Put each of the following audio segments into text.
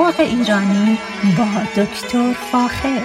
باغ ایرانی با دکتر فاخر.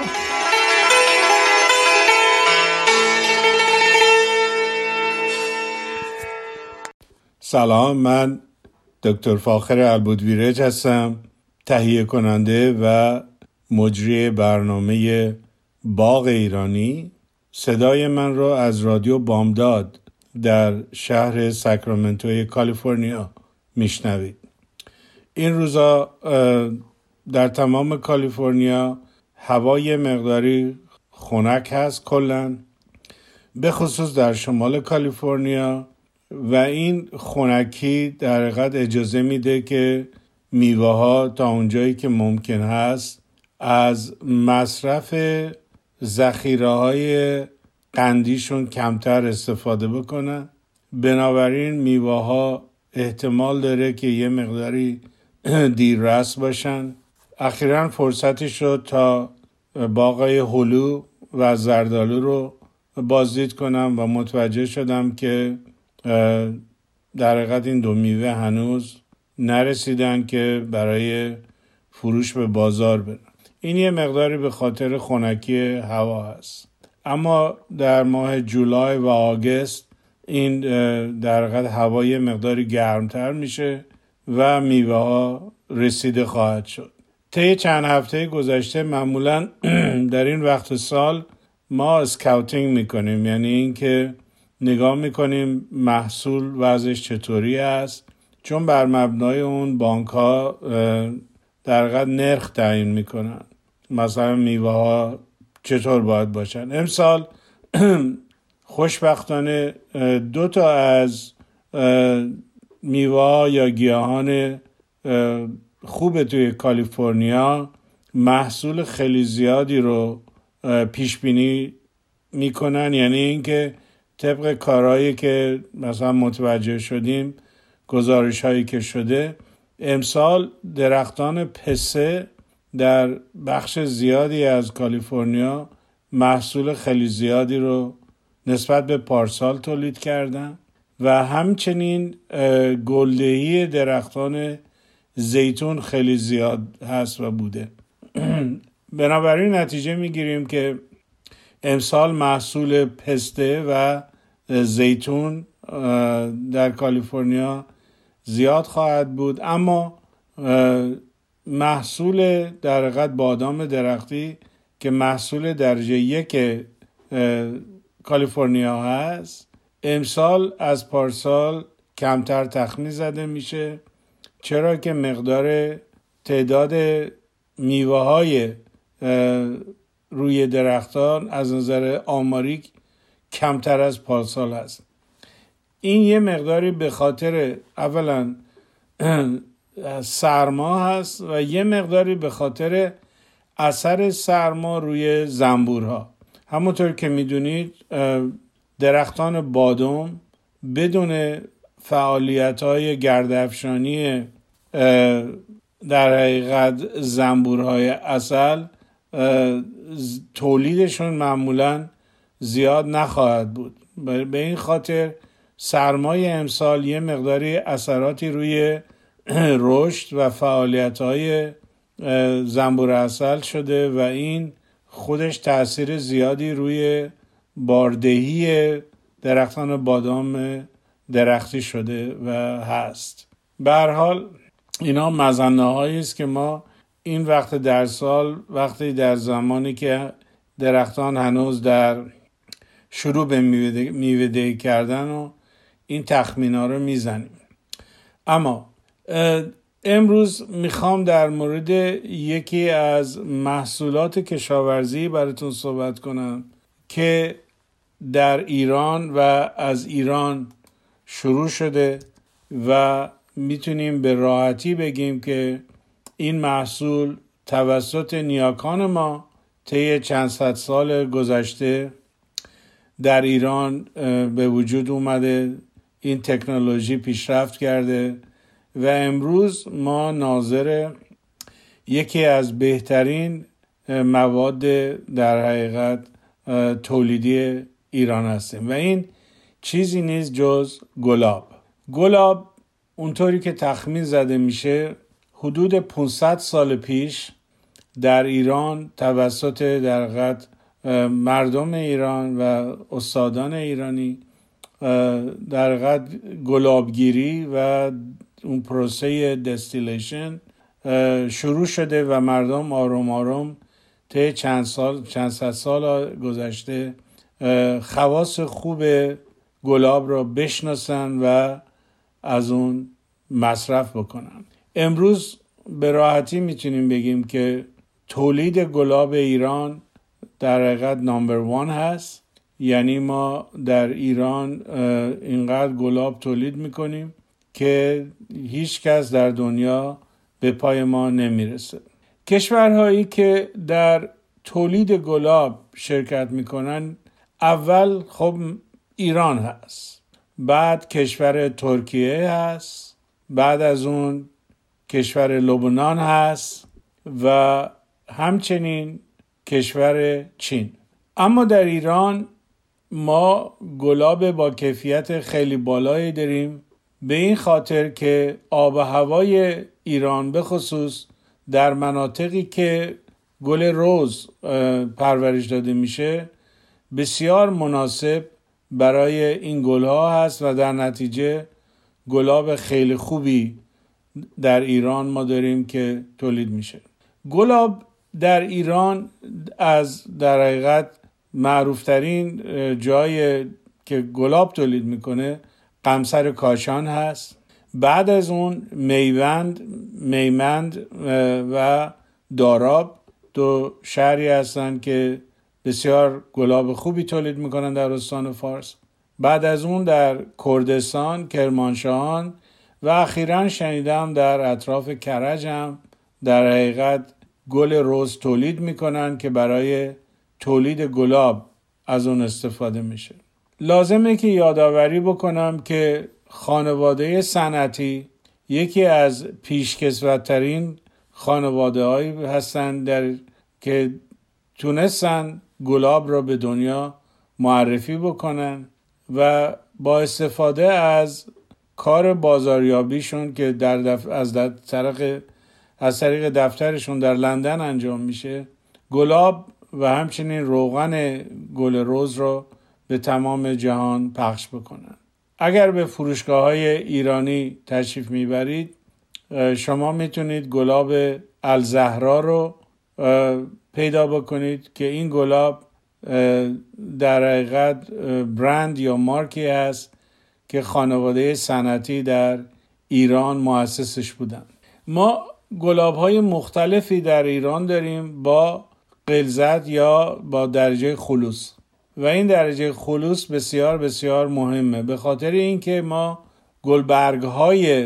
سلام، من دکتر فاخر البودویرج هستم، تهیه کننده و مجری برنامه باغ ایرانی. صدای من را از رادیو بامداد در شهر ساکرامنتو کالیفرنیا میشنوید. این روزا در تمام کالیفرنیا هوای مقداری خنک هست کلن، به خصوص در شمال کالیفرنیا، و این خنکی در حقیقت اجازه میده که میوه ها تا اونجایی که ممکن هست از مصرف ذخیره های قندیشون کمتر استفاده بکنن. بنابراین میوه ها احتمال داره که یه مقداری دیررس باشن. اخیراً فرصتی شد تا باغای هلو و زردآلو رو بازدید کنم و متوجه شدم که در حقیقت این دو میوه هنوز نرسیدن که برای فروش به بازار برن. این یه مقداری به خاطر خنکی هوا هست. اما در ماه جولای و آگست این در حقیقت هوا یه مقداری گرمتر میشه و میوه ها رسیده خواهد شد. طی چند هفته گذشته معمولاً در این وقت سال ما اسکاوتینگ میکنیم، یعنی این که نگاه میکنیم محصول وضعش چطوری است، چون بر مبنای اون بانک ها در حقیقت نرخ تعیین میکنن، مثلا میوه ها چطور باید باشن. امسال خوشبختانه 2 از میوه ها یا گیاهان خوب توی کالیفرنیا محصول خیلی زیادی رو پیش بینی میکنن، یعنی اینکه طبق کارهایی که مثلا متوجه شدیم، گزارش هایی که شده، امسال درختان پسه در بخش زیادی از کالیفرنیا محصول خیلی زیادی رو نسبت به پارسال تولید کردن و همچنین گلدهی درختان زیتون خیلی زیاد هست و بوده. بنابراین نتیجه میگیریم که امسال محصول پسته و زیتون در کالیفرنیا زیاد خواهد بود، اما محصول در حقیقت بادام درختی که محصول درجه 1 کالیفرنیا هست، امسال از پارسال کمتر تخمین زده میشه، چرا که مقدار تعداد میوه های روی درختان از نظر آماری کمتر از پارسال هست. این یه مقداری به خاطر اولا سرما هست و یه مقداری به خاطر اثر سرما روی زنبورها. همونطور که میدونید درختان بادام بدون فعالیت‌های گردافشانی در حقیقت زنبورهای عسل تولیدشون معمولاً زیاد نخواهد بود. به این خاطر سرمای امسال یه مقداری اثراتی روی رشد و فعالیت‌های زنبور عسل شده و این خودش تأثیر زیادی روی باردهی درختان بادام درختی شده و هست. به هر حال اینا مظنه‌هایی است که ما این وقت در سال، وقتی در زمانی که درختان هنوز در شروع به میوه‌دهی کردن و این تخمینا رو میزنیم. اما امروز میخوام در مورد یکی از محصولات کشاورزی براتون صحبت کنم که در ایران و از ایران شروع شده و میتونیم به راحتی بگیم که این محصول توسط نیاکان ما طی چند صد سال گذشته در ایران به وجود اومده. این تکنولوژی پیشرفت کرده و امروز ما ناظر یکی از بهترین مواد در حقیقت تولیدی ایران هستیم و این چیزی نیست جز گلاب. گلاب اونطوری که تخمین زده میشه حدود 500 سال پیش در ایران توسط در حقیقت مردم ایران و استادان ایرانی در حقیقت گلابگیری و اون پروسه دستیلیشن شروع شده و مردم آروم آروم طی چند صد سال گذشته خواص خوب گلاب را بشناسن و از اون مصرف بکنن. امروز به راحتی میتونیم بگیم که تولید گلاب ایران در حقیقت نمبر 1 هست. یعنی ما در ایران اینقدر گلاب تولید میکنیم که هیچ کس در دنیا به پای ما نمیرسه. کشورهایی که در تولید گلاب شرکت میکنن اول خب ایران هست، بعد کشور ترکیه هست، بعد از اون کشور لبنان هست و همچنین کشور چین. اما در ایران ما گلاب با کیفیت خیلی بالایی داریم، به این خاطر که آب و هوای ایران به خصوص در مناطقی که گل رز پرورش داده میشه بسیار مناسب برای این گلها هست و در نتیجه گلاب خیلی خوبی در ایران ما داریم که تولید میشه. گلاب در ایران از در حقیقت معروفترین جای که گلاب تولید میکنه قمصر کاشان هست. بعد از اون میمند و داراب دو شهری هستن که بسیار گلاب خوبی تولید میکنن در استان فارس. بعد از اون در کردستان، کرمانشاهان و اخیراً شنیدم در اطراف کرج هم در حقیقت گل رز تولید میکنن که برای تولید گلاب از اون استفاده میشه. لازمه که یادآوری بکنم که خانواده صنعتی یکی از پیشکسوت‌ترین خانواده‌هایی هستند که تونستن گلاب را به دنیا معرفی بکنن و با استفاده از کار بازاریابیشون که از طریق دفترشون در لندن انجام میشه، گلاب و همچنین روغن گل رز رو به تمام جهان پخش بکنن. اگر به فروشگاه‌های ایرانی تشریف میبرید شما میتونید گلاب الزهرا رو پیدا بکنید که این گلاب در حقیقت برند یا مارکی هست که خانواده صنعتی در ایران مؤسسش بودن. ما گلاب‌های مختلفی در ایران داریم با غلظت یا با درجه خلوص و این درجه خلوص بسیار بسیار مهمه به خاطر اینکه ما گلبرگ‌های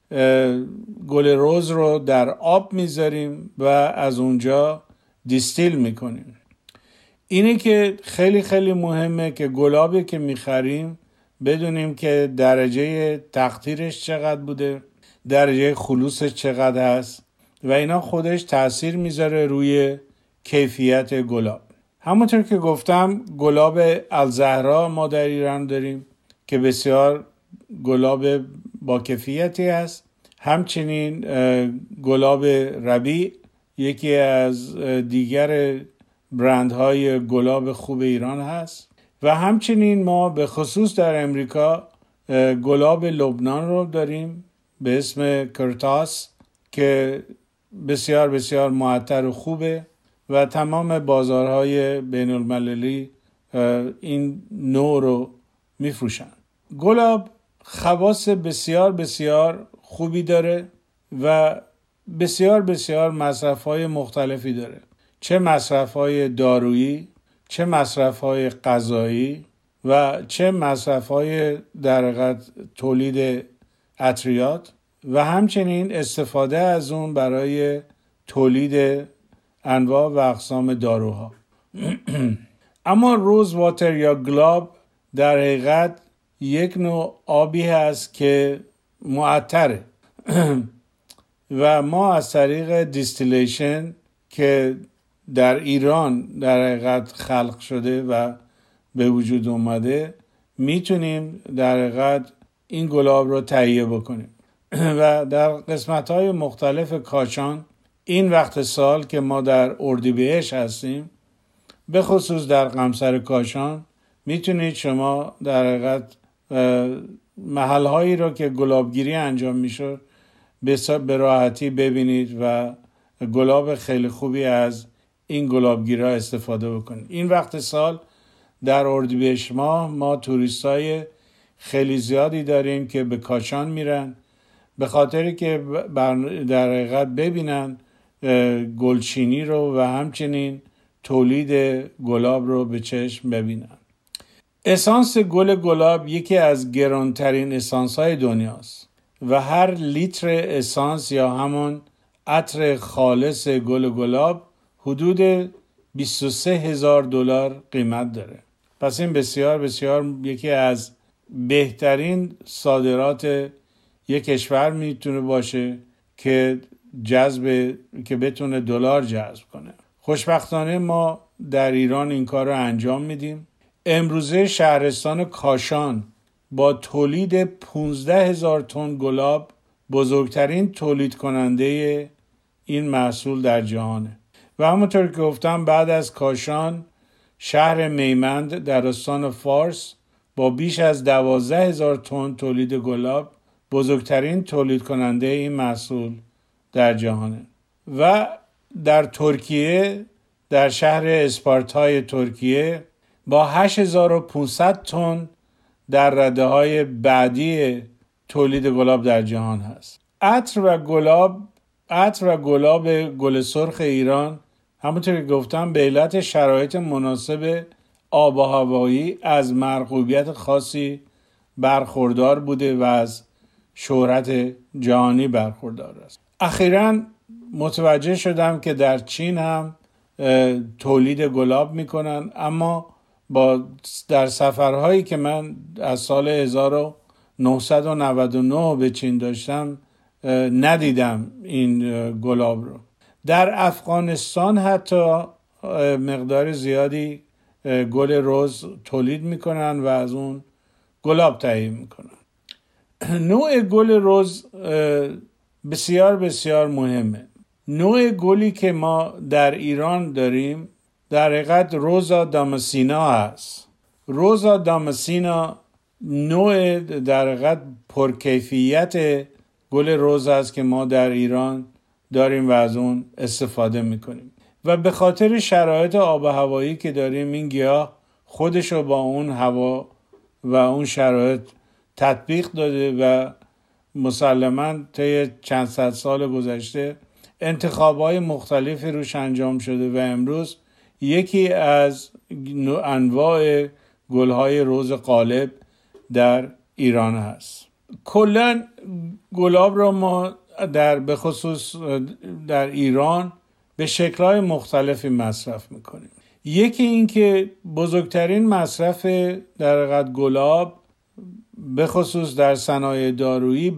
گل رز رو در آب میذاریم و از اونجا دیستیل میکنیم. اینه که خیلی خیلی مهمه که گلابی که میخریم بدونیم که درجه تقطیرش چقدر بوده، درجه خلوصش چقدر هست و اینا خودش تأثیر میذاره روی کیفیت گلاب. همونطور که گفتم گلاب الزهرا ما در ایران داریم که بسیار گلاب با کیفیتی هست. همچنین گلاب ربیع یکی از دیگر برندهای گلاب خوب ایران هست و همچنین ما به خصوص در امریکا گلاب لبنان رو داریم به اسم کرتاس که بسیار بسیار معطر و خوبه و تمام بازارهای بین المللی این نوع رو میفروشن. گلاب خواص بسیار بسیار خوبی داره و بسیار بسیار مصرف‌های مختلفی داره، چه مصرف‌های دارویی، چه مصرف‌های غذایی و چه مصرف‌های در حقیقت تولید عطریات و همچنین استفاده از اون برای تولید انواع و اقسام داروها. اما روز واتر یا گلاب در حقیقت یک نوع آبی هست که معطره و ما از طریق دیستیلیشن که در ایران در حقیقت خلق شده و به وجود اومده میتونیم در حقیقت این گلاب رو تهیه بکنیم. و در قسمت‌های مختلف کاشان این وقت سال که ما در اردیبهشت هستیم، به خصوص در قمصر کاشان، میتونید شما در حقیقت محل‌هایی رو که گلابگیری انجام میشه به راحتی ببینید و گلاب خیلی خوبی از این گلابگیرها استفاده بکنید. این وقت سال در اردیبهشت ما توریستای خیلی زیادی داریم که به کاشان میرن به خاطری که در حقیقت ببینن گلچینی رو و همچنین تولید گلاب رو به چشم ببینن. اسانس گل گلاب یکی از گرانترین اسانس های دنیاست و هر لیتر اسانس یا همون عطر خالص گل گلاب حدود $23,000 قیمت داره. پس این بسیار بسیار یکی از بهترین صادرات یک کشور میتونه باشه که بتونه دلار جذب کنه. خوشبختانه ما در ایران این کار رو انجام میدیم. امروزه شهرستان کاشان با تولید 15,000 تن گلاب بزرگترین تولید کننده این محصول در جهانه و همونطور که گفتم بعد از کاشان شهر میمند در استان فارس با بیش از 12,000 تن تولید گلاب بزرگترین تولید کننده این محصول در جهانه. و در ترکیه در شهر اسپارتای ترکیه با 8,500 تن در رده های بعدی تولید گلاب در جهان هست. عطر و گلاب گل سرخ ایران همونطور که گفتم به علت شرایط مناسب آب و هوایی از مرغوبیت خاصی برخوردار بوده و از شهرت جهانی برخوردار است. اخیراً متوجه شدم که در چین هم تولید گلاب میکنن، اما در سفرهایی که من از سال 1999 به چین داشتم ندیدم این گلاب رو. در افغانستان حتی مقدار زیادی گل رز تولید میکنن و از اون گلاب تهیه میکنن. نوع گل رز بسیار بسیار مهمه. نوع گلی که ما در ایران داریم در حقیقت روزا داماسینا هست. روزا داماسینا نوع در حقیقت پرکیفیت گل رز است که ما در ایران داریم و از اون استفاده میکنیم و به خاطر شرایط آب و هوایی که داریم این گیاه خودشو با اون هوا و اون شرایط تطبیق داده و مسلماً طی چند صد سال گذشته انتخاب‌های مختلفی روش انجام شده و امروز یکی از انواع گل‌های رز غالب در ایران هست. کلاً گلاب را ما به خصوص در ایران به شکل‌های مختلفی مصرف میکنیم. یکی این که بزرگترین مصرف در حقیقت گلاب به خصوص در صنایع دارویی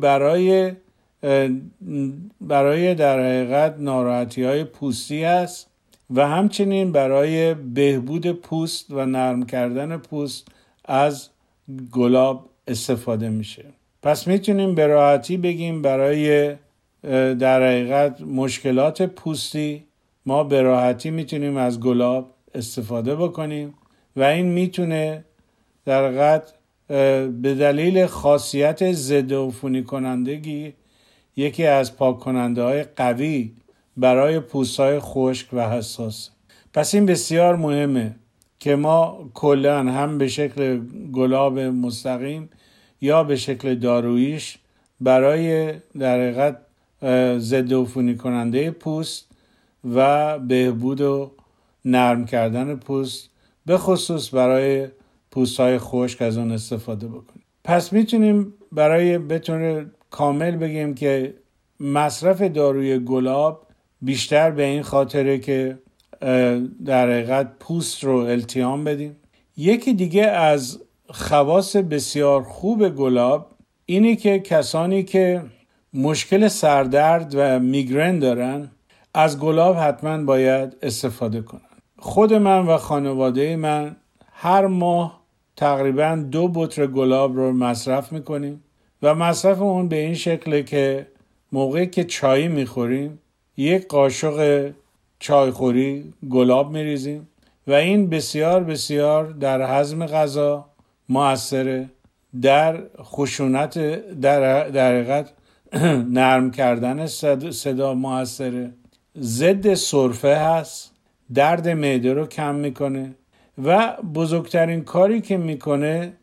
برای در حقیقت ناراحتی‌های پوستی است و همچنین برای بهبود پوست و نرم کردن پوست از گلاب استفاده میشه. پس میتونیم به راحتی بگیم برای در حقیقت مشکلات پوستی ما به راحتی میتونیم از گلاب استفاده بکنیم و این میتونه در حقیقت به دلیل خاصیت ضد عفونی کنندگی یکی از پاک کننده های قوی برای پوست های خشک و حساس. پس این بسیار مهمه که ما کلاً هم به شکل گلاب مستقیم یا به شکل داروییش برای در حقیقت ضد عفونی کننده پوست و بهبود و نرم کردن پوست به خصوص برای پوست های خشک از اون استفاده بکنیم. پس میتونیم به طور کامل بگیم که مصرف داروی گلاب بیشتر به این خاطره که در حقیقت پوست رو التیام بدیم. یکی دیگه از خواص بسیار خوب گلاب اینه که کسانی که مشکل سردرد و میگرن دارن از گلاب حتما باید استفاده کنن. خود من و خانواده من هر ماه تقریبا 2 بطر گلاب رو مصرف میکنیم و مصرف اون به این شکله که موقعی که چای میخوریم یک قاشق چایخوری گلاب میریزیم و این بسیار بسیار در هضم غذا مؤثره، در خشونت، در حقیقت نرم کردن صدا مؤثره، ضد سرفه هست، درد معده رو کم میکنه و بزرگترین کاری که میکنه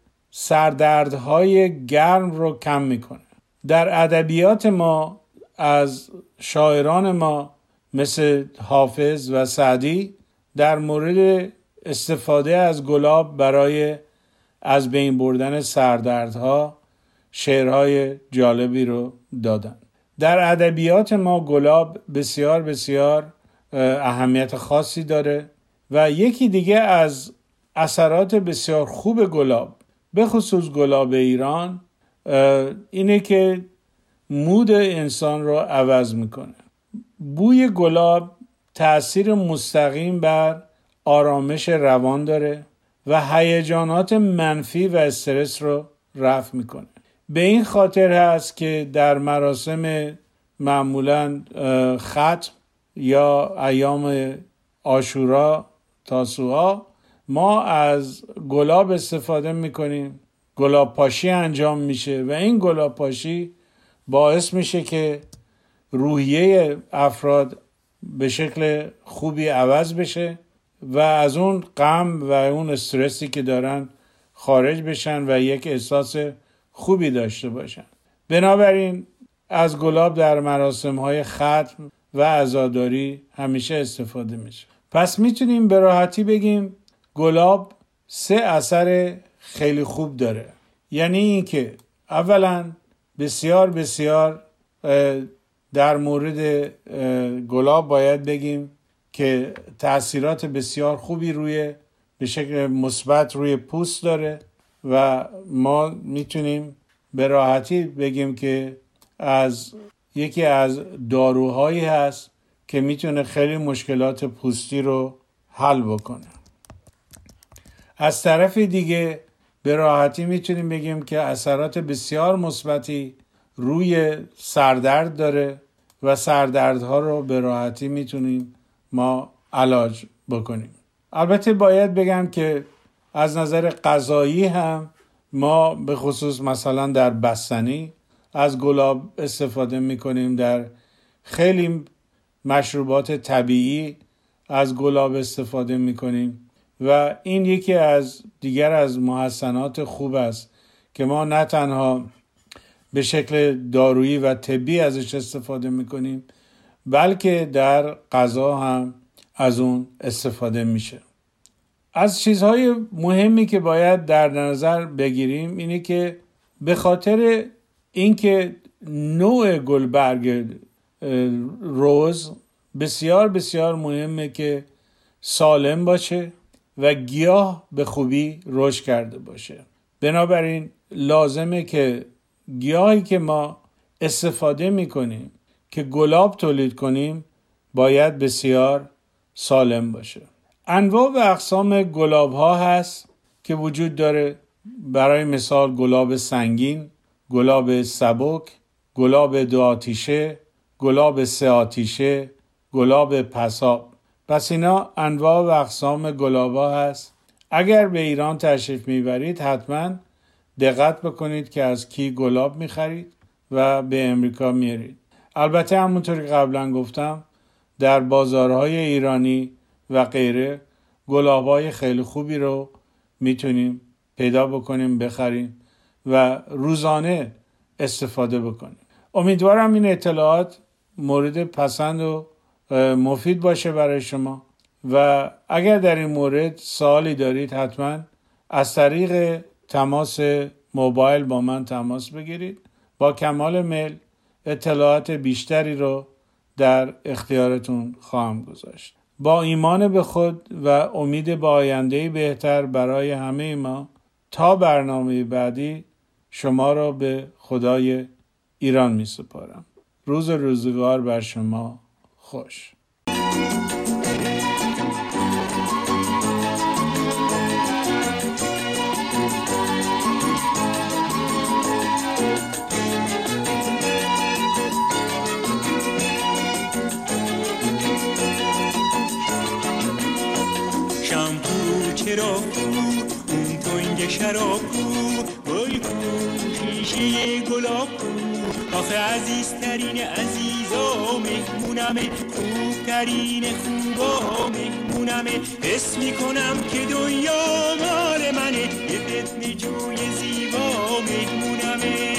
سردردهای گرم رو کم میکنه. در ادبیات ما از شاعران ما مثل حافظ و سعدی در مورد استفاده از گلاب برای از بین بردن سردردها شعرهای جالبی رو دادن. در ادبیات ما گلاب بسیار بسیار اهمیت خاصی داره و یکی دیگه از اثرات بسیار خوب گلاب، به خصوص گلاب ایران، اینه که مود انسان رو عوض میکنه. بوی گلاب تأثیر مستقیم بر آرامش روان داره و هیجانات منفی و استرس رو رفع میکنه. به این خاطر هست که در مراسم معمولاً ختم یا ایام عاشورا تاسوعا ما از گلاب استفاده میکنیم، گلاب پاشی انجام میشه و این گلاب پاشی باعث میشه که روحیه افراد به شکل خوبی عوض بشه و از اون غم و اون استرسی که دارن خارج بشن و یک احساس خوبی داشته باشن. بنابراین از گلاب در مراسم‌های ختم و عزاداری همیشه استفاده میشه. پس میتونیم به راحتی بگیم گلاب 3 اثر خیلی خوب داره. یعنی این که اولا بسیار بسیار در مورد گلاب باید بگیم که تأثیرات بسیار خوبی روی به شکل مثبت روی پوست داره و ما میتونیم به راحتی بگیم که یکی از داروهایی هست که میتونه خیلی مشکلات پوستی رو حل بکنه. از طرف دیگه به راحتی میتونیم بگیم که اثرات بسیار مثبتی روی سردرد داره و سردردها رو به راحتی میتونیم ما علاج بکنیم. البته باید بگم که از نظر غذایی هم ما به خصوص مثلا در بستنی از گلاب استفاده میکنیم، در خیلی مشروبات طبیعی از گلاب استفاده میکنیم و این یکی از دیگر از محسنات خوب است که ما نه تنها به شکل دارویی و طبی ازش استفاده میکنیم بلکه در غذا هم از اون استفاده میشه. از چیزهای مهمی که باید در نظر بگیریم اینه که به خاطر اینکه نوع گلبرگ روز بسیار بسیار مهمه که سالم باشه و گیاه به خوبی رشد کرده باشه. بنابراین لازمه که گیاهی که ما استفاده میکنیم که گلاب تولید کنیم باید بسیار سالم باشه. انواع و اقسام گلاب ها هست که وجود داره. برای مثال گلاب سنگین، گلاب سبک، گلاب 2 آتیشه، گلاب 3 آتیشه، گلاب پساب. پس اینا انواع و اقسام گلاب ها هست. اگر به ایران تشریف میبرید حتما دقت بکنید که از کی گلاب میخرید و به امریکا میارید. البته همونطور که قبلا گفتم در بازارهای ایرانی و غیره گلابای خیلی خوبی رو میتونیم پیدا بکنیم، بخریم و روزانه استفاده بکنیم. امیدوارم این اطلاعات مورد پسند و مفید باشه برای شما و اگر در این مورد سوالی دارید حتما از طریق تماس موبایل با من تماس بگیرید. با کمال میل اطلاعات بیشتری رو در اختیارتون خواهم گذاشت. با ایمان به خود و امید به آینده‌ای بهتر برای همه ما تا برنامه بعدی شما را به خدای ایران می سپارم. روز روزگار بر شما خوش. شیشه گلاب کو، آخه عزیزترین عزیزا مهمونمه، خوبترین خوبا مهمونمه. حس میکنم که دنیا مال منه، یه فتنه جوی زیبا مهمونمه.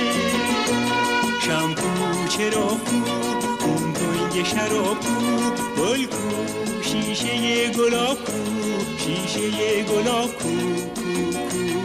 شامپو چرا خوب، اون توی شراب کو، گل کو، شیشه گلاب کو، شیشه گلاب کو کو کو.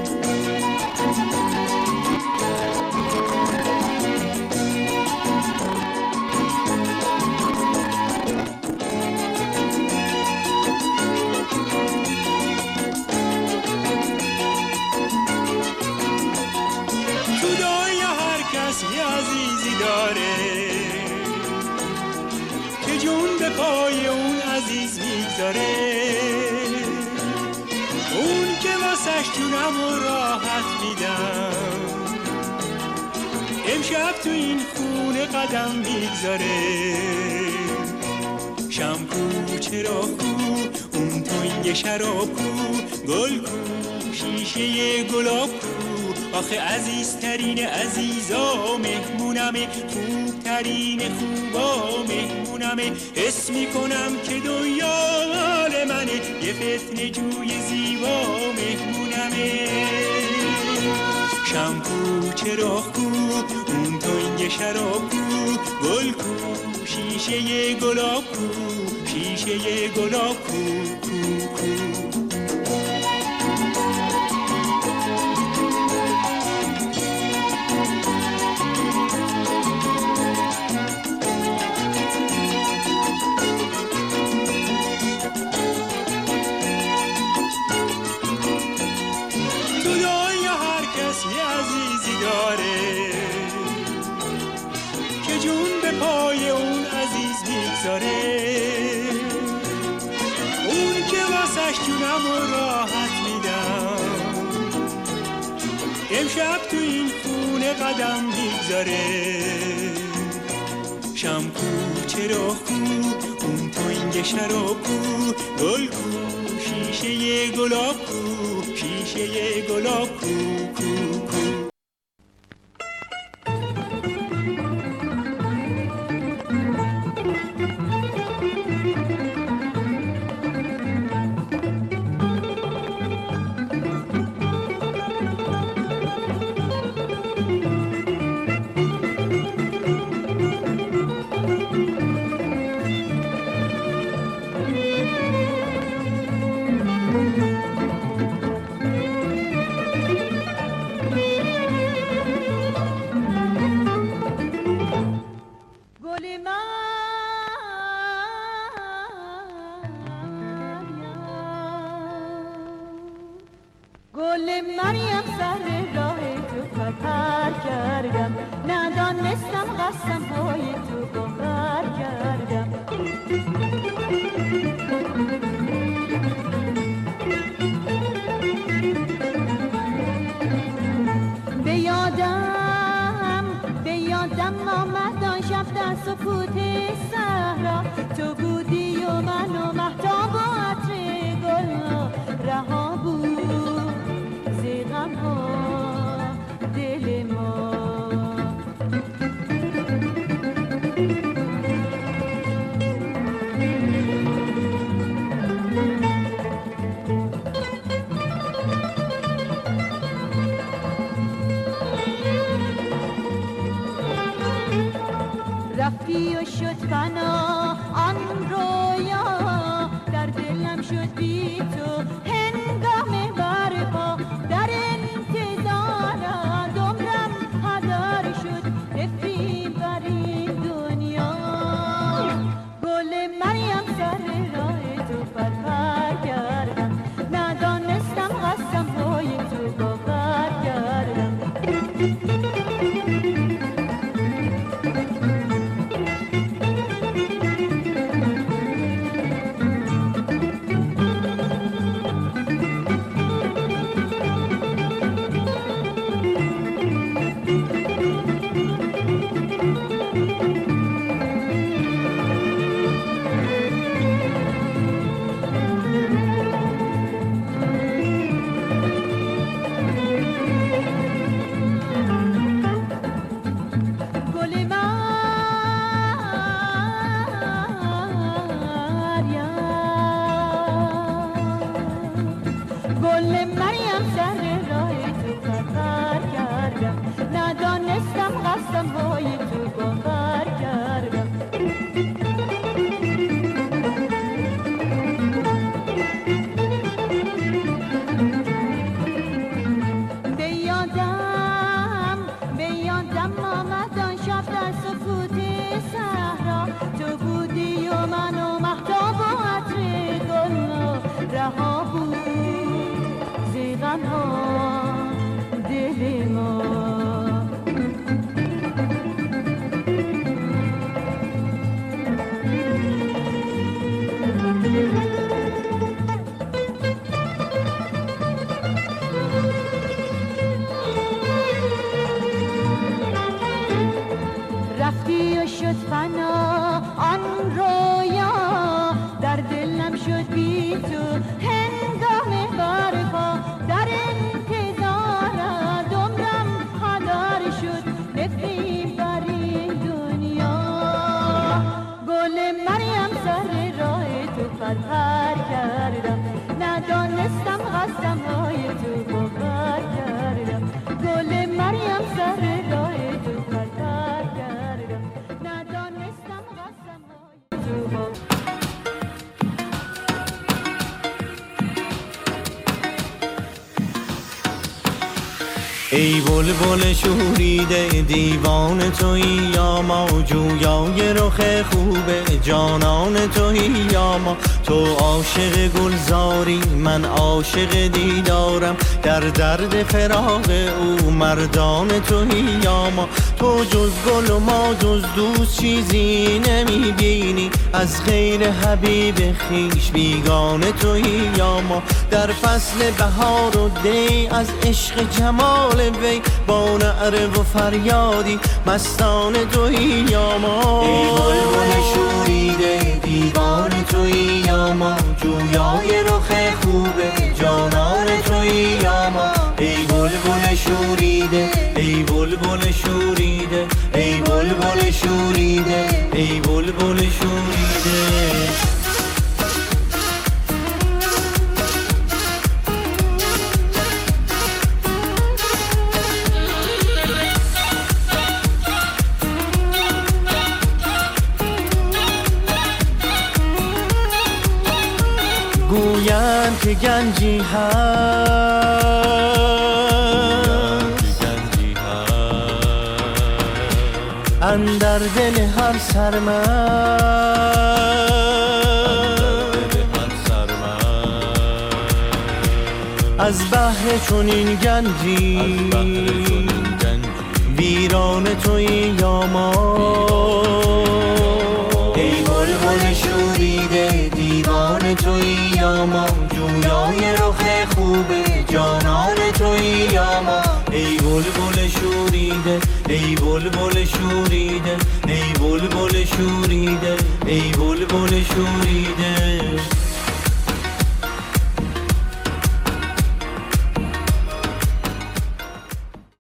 تو دنیا هر کس یه عزیزی داره که جون به پای اون عزیز میگذاره، اون که واسش جونم و راحت میدم، امشب تو این خونه قدم میگذاره. شامپو چرا کو، اون تنگ شراب کو، گل کو، شیشه گلاب کو، آخه عزیزترین عزیزا مهمونمه، خوبترین خوبا مهمونمه. حس میکنم که دنیا مال منه، یه فتنه جوی زیبا مهمونمه. شامپو چرا خوب، اون تنگ شراب کو، گل کو، شیشه گلاب کو، شیشه گلاب کو کو کو. که جون به پای اون عزیز میگذاره، اون که واسش جونم و راحت میدم، امشب تو این خونه قدم میگذاره. شامپو چرا خوب، اون تنگ شراب کو، گل کو، شیشه گلاب کو، شیشه گلاب کو کو کو. گل مریم سر راه تو خطر کردم، ندانستم قسم های تو باور کردم. به یادم آمد آن شب در سکوت صحرا، تو بودی و من و مهتاب و عطر گل رها بود غم ها دل ما. رفتی و شد فنا آن رویا، در دلم شد بی تو هنگام برپا، در انتظارت عمرم هدر شد رفتی بر این دنیا. گل مریم سر راه تو فرفر کردم، ندانستم قسم های تو باور کردم. ای بلبل شوریده دیوان تویی یا ما، جویای رخ خوبه جانان تویی یا ما. تو عاشق گلزاری من عاشق دیدارم، در درد فراق او مردان تویی یا ما. تو جز گل و ما جز دوست چیزی نمیبینی، از غیر حبیب خیش بیگانه تویی یا ما. در فصل بهار و دی از عشق جمال وی، با نعره و فریادی مستان تویی یا ما. ای بلبل شوریده دیوان تویی یا ما، جویای رخ خوبه جانان تویی یا ما. ای بلبل شوریده ای بلبل شوریده ای بلبل شوریده ای بلبل شوریده. گویند که گنجی هست اندر دل هر سرمست، از بحر چنین گنجی ویران تویی یا ما. ای بلبل شوریده دیوان تویی یا ما، جویای رخ خوبه جانان تویی یا ما. ای بلبل شوریده ای بلبل شوریده ای بلبل شوریده ای بلبل شوریده.